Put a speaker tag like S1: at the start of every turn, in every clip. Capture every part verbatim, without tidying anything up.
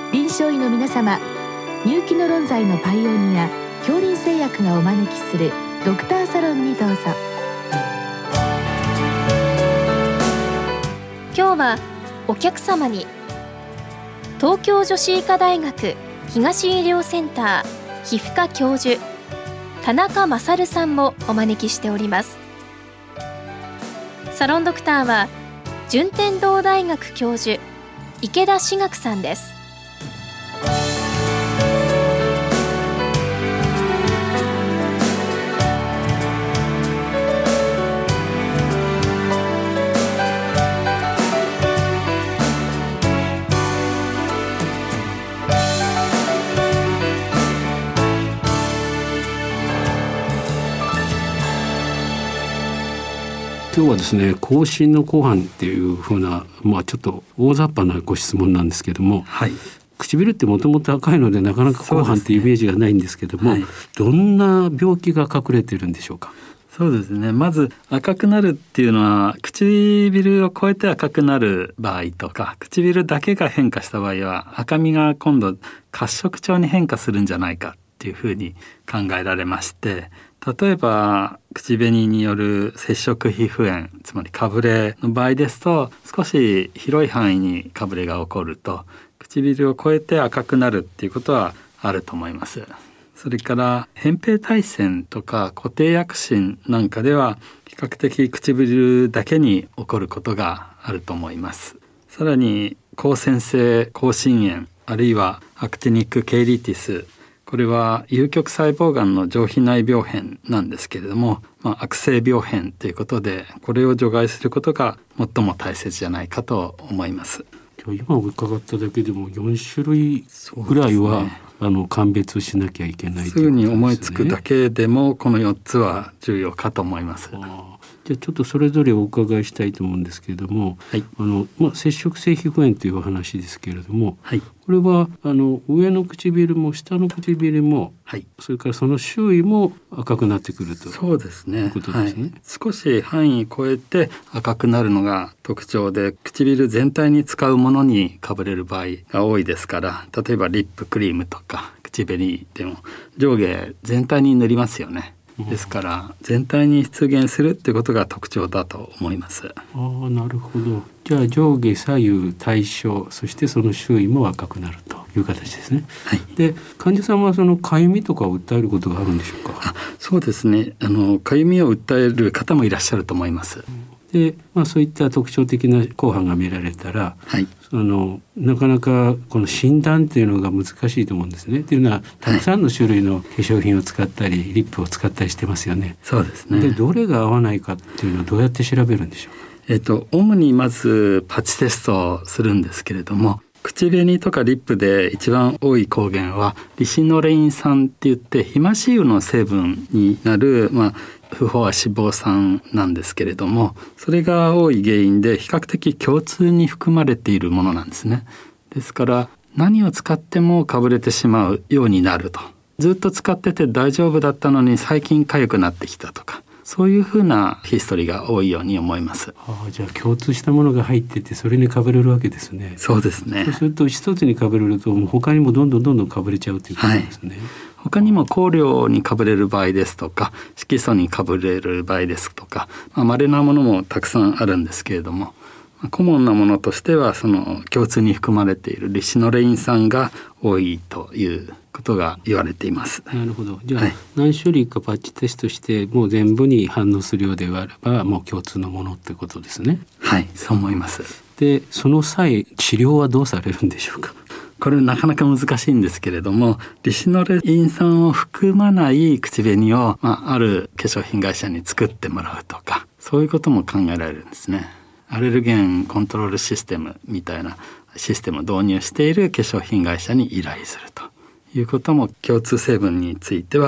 S1: 臨床医の皆様、入気の論剤のパイオニア恐林製薬がお招きするドクターサロンにどうぞ。
S2: 今日はお客様に東京女子医科大学東医療センター皮膚科教授田中勝さんもお招きしております。サロンドクターは順天堂大学教授池田志学さんです。
S3: 今日はですね、口唇の紅斑っていうふうな、まあ、ちょっと大雑把なご質問なんですけども、はい、唇ってもともと赤いのでなかなか紅斑っていうイメージがないんですけども、ね、はい、どんな病気が隠れているんでしょうか。
S4: そうですね、まず赤くなるっていうのは唇を越えて赤くなる場合とか、唇だけが変化した場合は赤みが今度褐色調に変化するんじゃないかっていうふうに考えられまして、例えば口紅による接触皮膚炎、つまりかぶれの場合ですと、少し広い範囲にかぶれが起こると唇を越えて赤くなるっていうことはあると思います。それから扁平体腺とか固定薬疹なんかでは比較的唇だけに起こることがあると思います。さらに光線性口唇炎、あるいはアクティニックケイリティス、これは有極細胞がんの上皮内病変なんですけれども、まあ、悪性病変ということで、これを除外することが最も大切じゃないかと思います。
S3: 今伺っただけでもよん種類ぐらいは、ね、あの鑑別しなきゃいけないということですね。
S4: すぐに思いつくだけでもこのよっつは重要かと思います。
S3: あ、じゃあちょっとそれぞれお伺いしたいと思うんですけれども、はい、あのまあ、接触性皮膚炎というお話ですけれども、はい、これはあの上の唇も下の唇も、はい、それからその周囲も赤くなってくると。
S4: そうですね、
S3: いうことですね。はい、
S4: 少し範囲を超えて赤くなるのが特徴で、唇全体に使うものにかぶれる場合が多いですから、例えばリップクリームとか口紅でも上下全体に塗りますよね。ですから全体に出現するっていうことが特徴だと思います。
S3: ああ、なるほど。じゃあ上下左右対称、そしてその周囲も赤くなるという形ですね。はい、で患者さんはそのかゆみとかを訴えることがあるんでしょうか。
S4: あ、そうですね、あのかゆみを訴える方もいらっしゃると思います。
S3: で、まあ、そういった特徴的な紅斑が見られたら、はい、あのなかなかこの診断っていうのが難しいと思うんですね。っていうのはたくさんの種類の化粧品を使ったり、はい、リップを使ったりしてますよね。
S4: そうですね。
S3: でどれが合わないかっていうのはどうやって調べるんでしょうか。
S4: えっと、主にまずパッチテストをするんですけれども、口紅とかリップで一番多い抗原はリシノレイン酸って言って皮脂油の成分になる、まあ、不飽和脂肪酸なんですけれども、それが多い原因で比較的共通に含まれているものなんですね。ですから何を使ってもかぶれてしまうようになると、ずっと使ってて大丈夫だったのに最近痒くなってきたとか、そういうふうなヒストリーが多いように思います。
S3: ああ、じゃあ共通したものが入っててそれにかぶれるわけですね。
S4: そうですね。
S3: そうすると一つにかぶれるともう他にもどんどんどんどんかぶれちゃうということですね。はい、
S4: 他にも香料にかぶれる場合ですとか、色素にかぶれる場合ですとか、まあ、稀なものもたくさんあるんですけれども、コモンなものとしてはその共通に含まれているリシノレイン酸が多いということが言われています。
S3: なるほど。じゃあ、はい、何種類かパッチテストしてもう全部に反応するようであればもう共通のものってことですね。
S4: はい、そう思います。
S3: でその際治療はどうされるんでしょうか。
S4: これなかなか難しいんですけれども、リシノレイン酸を含まない口紅を、まあ、ある化粧品会社に作ってもらうとか、そういうことも考えられるんですね。アレルゲンコントロールシステムみたいなシステムを導入している化粧品会社に依頼するということも、共通成分については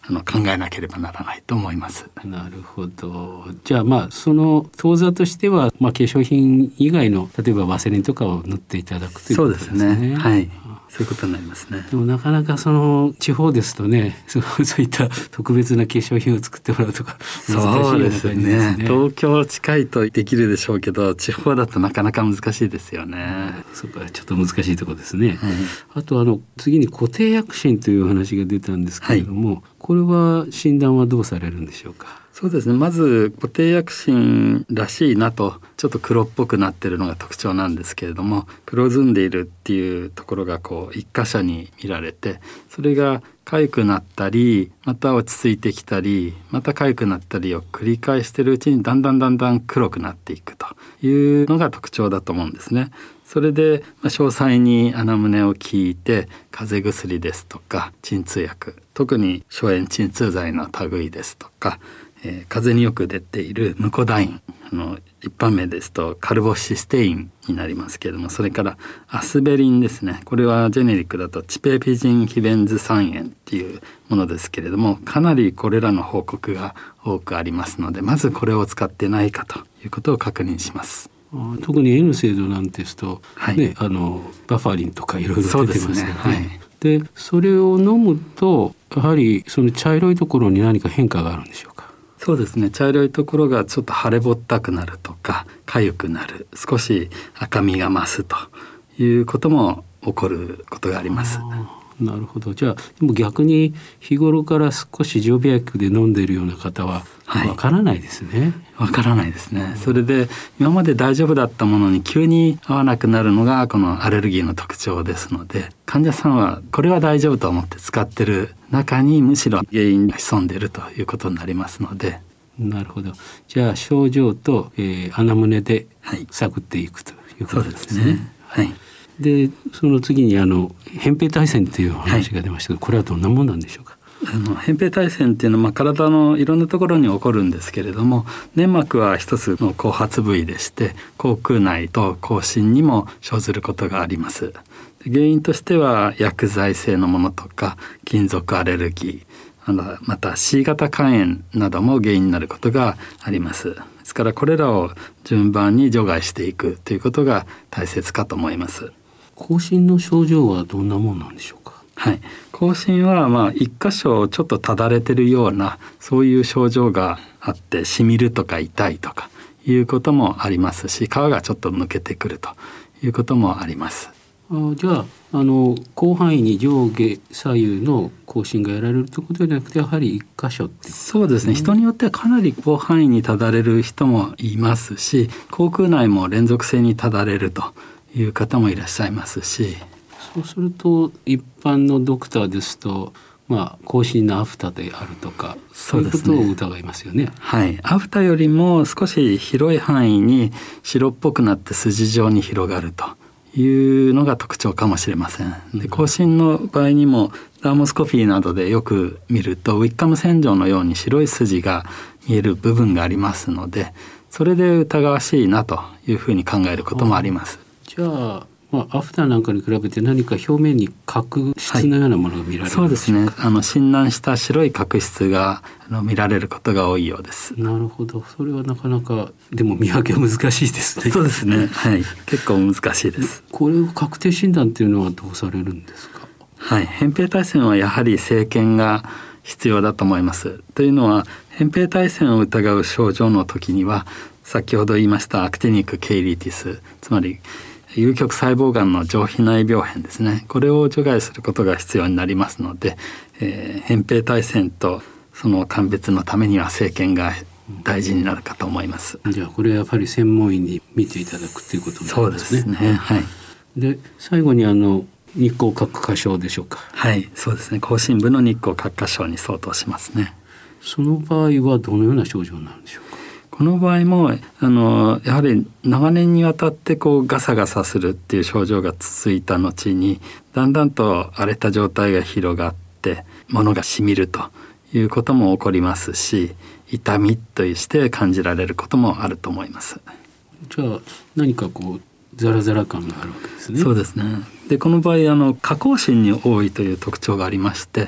S4: あの考えなければならないと思います。
S3: なるほど。じゃあまあその当座としては、まあ、化粧品以外の例えばワセリンとかを塗っていただくということですね。
S4: そうですね。はい。そういうことになりますね。
S3: でもなかなかその地方ですとね、そう、そういった特別な化粧品を作ってもらうとか難しいような感じですね。そうですね。
S4: 東京近いとできるでしょうけど、地方だとなかなか難しいですよね。
S3: そうか、ちょっと難しいところですね。はい、あとあの次に固定薬品という話が出たんですけれども、はい、これは診断はどうされるんでしょうか。
S4: そうですね。まず固定薬品らしいなと、ちょっと黒っぽくなっているのが特徴なんですけれども、黒ずんでいるっていうところがこう一箇所に見られて、それが痒くなったり、また落ち着いてきたり、また痒くなったりを繰り返しているうちにだんだんだんだん黒くなっていくというのが特徴だと思うんですね。それで、まあ、詳細に穴胸を聞いて、風邪薬ですとか鎮痛薬、特に消炎鎮痛剤の類ですとか、えー、風邪によく出ているムコダイン、あの一般名ですとカルボシステインになりますけれども、それからアスベリンですね。これはジェネリックだとチペピジンヒベンズ酸塩っていうものですけれども、かなりこれらの報告が多くありますので、まずこれを使ってないかということを確認します。
S3: あ、特に N 製度なんですと、はい、ね、あのバファリンとかいろいろ出てますよね。はい、でそれを飲むとやはりその茶色いところに何か変化があるんでしょうか。
S4: そうですね。茶色いところがちょっと腫れぼったくなるとか、痒くなる、少し赤みが増すということも起こることがあります。
S3: なるほど。じゃあでも逆に日頃から少し常備薬で飲んでいるような方はわからないですね。
S4: わ、はい、からないですね。それで今まで大丈夫だったものに急に合わなくなるのがこのアレルギーの特徴ですので、患者さんはこれは大丈夫と思って使ってる中にむしろ原因が潜んでいるということになりますので。
S3: なるほど。じゃあ症状と、えー、穴胸で探っていくということですね。はい、そうですね。はい。でその次にあの扁平体腺という話が出ましたが、はい、これはどんなものなんでしょうか。
S4: あの扁平体腺っていうのは、まあ、体のいろんなところに起こるんですけれども、粘膜は一つの後発部位でして、口腔内と口唇にも生ずることがあります。原因としては薬剤性のものとか金属アレルギー、あのまた C 型肝炎なども原因になることがあります。ですからこれらを順番に除外していくということが大切かと思います。
S3: 口唇の症状はどんなものなんでしょうか。
S4: はい、口唇はまあ一箇所ちょっとただれてるようなそういう症状があって、しみるとか痛いとかいうこともありますし、皮がちょっと抜けてくるということもあります。
S3: あ、じゃあ、あの広範囲に上下左右の口唇がやられるということではなくて、やはり一箇所って、ね、
S4: そうですね。人によってはかなり広範囲にただれる人もいますし、口腔内も連続性にただれるという方もいらっしゃいますし、
S3: そうすると一般のドクターですと、まあ、口唇のアフタであるとか、そういうことを疑いますよね。
S4: はい、アフタよりも少し広い範囲に白っぽくなって筋状に広がるというのが特徴かもしれません。で、口唇の場合にもダーモスコピーなどでよく見ると、ウィッカム洗浄のように白い筋が見える部分がありますので、それで疑わしいなというふうに考えることもあります。
S3: じゃあ、まあ、アフターなんかに比べて何か表面に角質のようなものが見られるんでしょうか。はい、そうですね。あの
S4: 侵難した白い角質があの見られることが多いようです。
S3: なるほど。それはなかなかでも見分けは難しいですね。
S4: そうですね。はい。結構難しいです。
S3: これを確定診断っていうのはどうされるんですか。
S4: はい。扁平体腺はやはり生検が必要だと思います。というのは扁平体腺を疑う症状の時には、先ほど言いましたアクティニックケイリティス、つまり有極細胞がんの上皮内病変ですね。これを除外することが必要になりますので、えー、扁平体腺とその鑑別のためには生検が大事になるかと思います。
S3: じゃあこれはやっぱり専門医に見ていただくということになりますね。
S4: そうですね。はい。
S3: で最後にあの日光角化症でしょうか。
S4: はい、そうですね。口唇部の日光角化症に相当しますね。
S3: その場合はどのような症状なんでしょうか。
S4: この場合もあのやはり長年にわたってこうガサガサするっていう症状が続いた後に、だんだんと荒れた状態が広がって物がしみるということも起こりますし、痛みとして感じられることもあると思います。
S3: じゃあ何かこうザラザラ感があるわけですね。
S4: そうですね。でこの場合あの下口唇に多いという特徴がありまして、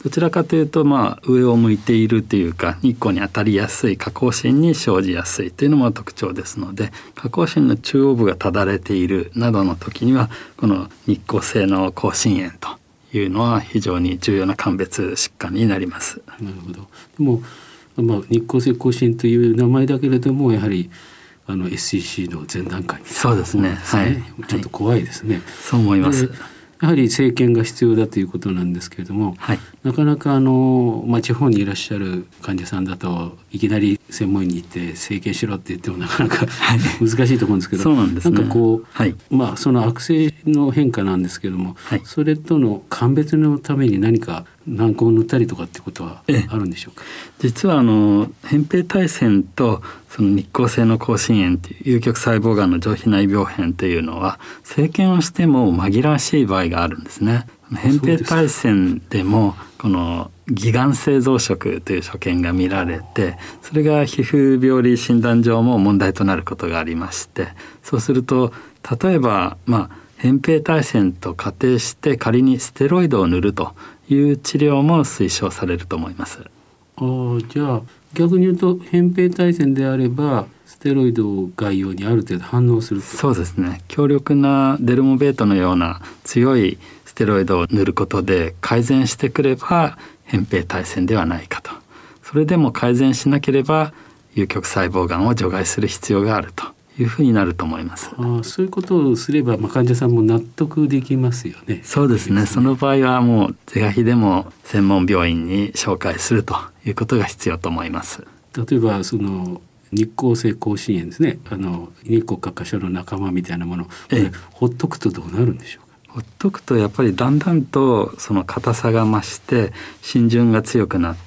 S4: どちらかというとまあ上を向いているというか、日光に当たりやすい下降芯に生じやすいというのも特徴ですので、下降芯の中央部がただれているなどの時にはこの日光性の甲心炎というのは非常に重要な鑑別疾患になります。
S3: なるほど。でも、まあ、日光性甲心炎という名前だけれどもやはりあの エスシーシー の前段階みたいな、
S4: そうですね、はい、
S3: ちょっと怖いですね、はい、
S4: そう思います。
S3: やはり生検が必要だということなんですけれども、
S4: はい、
S3: なかなかあの、まあ、地方にいらっしゃる患者さんだといきなり専門医に行って生検しろって言ってもなかなか難しいと思うんですけど、
S4: そうなんですね、
S3: なんかこう、
S4: はい、
S3: まあ、その悪性の変化なんですけども、
S4: はい、
S3: それとの鑑別のために何か軟膏を塗ったりとかってことはあるんでしょうか。
S4: 実はあの扁平体腺とその日光性の甲心炎という有極細胞がんの上皮内病変というのは生検をしても紛らわしい場合があるんですね。扁平体腺でもこの偽眼性増殖という所見が見られて、それが皮膚病理診断上も問題となることがありまして、そうすると例えばまあ扁平体腺と仮定して仮にステロイドを塗るという治療も推奨されると思います。
S3: あじゃあ逆に言うと扁平体腺であればステロイド外用にある程度反応する。
S4: そうですね、強力なデルモベートのような強いステロイドを塗ることで改善してくれば扁平体腺ではないかと。それでも改善しなければ有極細胞がんを除外する必要があるというふうになると思います。
S3: あそういうことをすれば、まあ、患者さんも納得できますよね。
S4: そうですね、その場合はもう是が非でも専門病院に紹介するということが必要と思います。
S3: 例えばその日光性甲心炎ですね、あの日光角化症の仲間みたいなもの、これほっとくとどうなるんでしょうか。
S4: ほっとくとやっぱりだんだんとその硬さが増して浸潤が強くなって、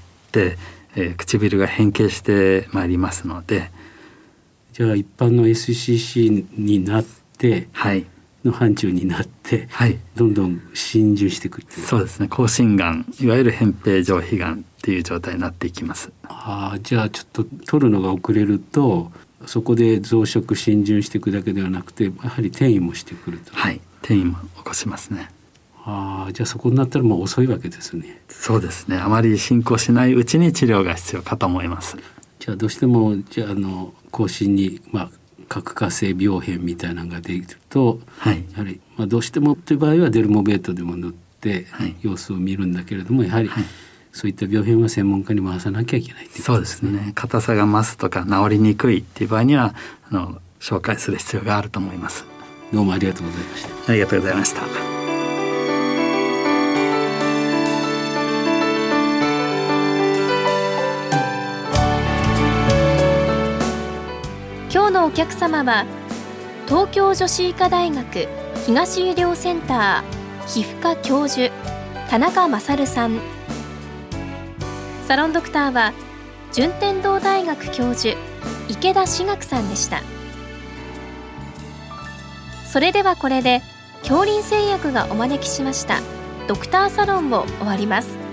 S4: えー、唇が変形してまいりますので、
S3: じゃあ一般の エスシーシー になって、はい、の範疇になって、はい、どんどん浸潤していくっていう。
S4: そうですね、甲心がん、いわゆる扁平上皮がんっていう状態になっていきます。
S3: あじゃあちょっと取るのが遅れるとそこで増殖浸潤していくだけではなくてやはり転移もしてくると。
S4: はい、転移も起こしますね。
S3: あじゃあそこになったらもう遅いわけですね。
S4: そうですね、あまり進行しないうちに治療が必要かと思います。
S3: じゃあどうしてもじゃああの甲心に、まあ、角化性病変みたいなのができると、はい、やはり、まあ、どうしてもという場合はデルモベートでも塗って様子を見るんだけれども、やはり、はい、そういった病変は専門家に回さなきゃいけないっていうことですね。
S4: そうですね、硬さが増すとか治りにくいっていう場合にはあの紹介する必要があると思います。
S3: どうもありがとうございました。
S4: ありがとうございました。
S2: 今日のお客様は東京女子医科大学東医療センター皮膚科教授田中勝さん、サロンドクターは順天堂大学教授池田志学さんでした。それではこれで杏林製薬がお招きしましたドクターサロンを終わります。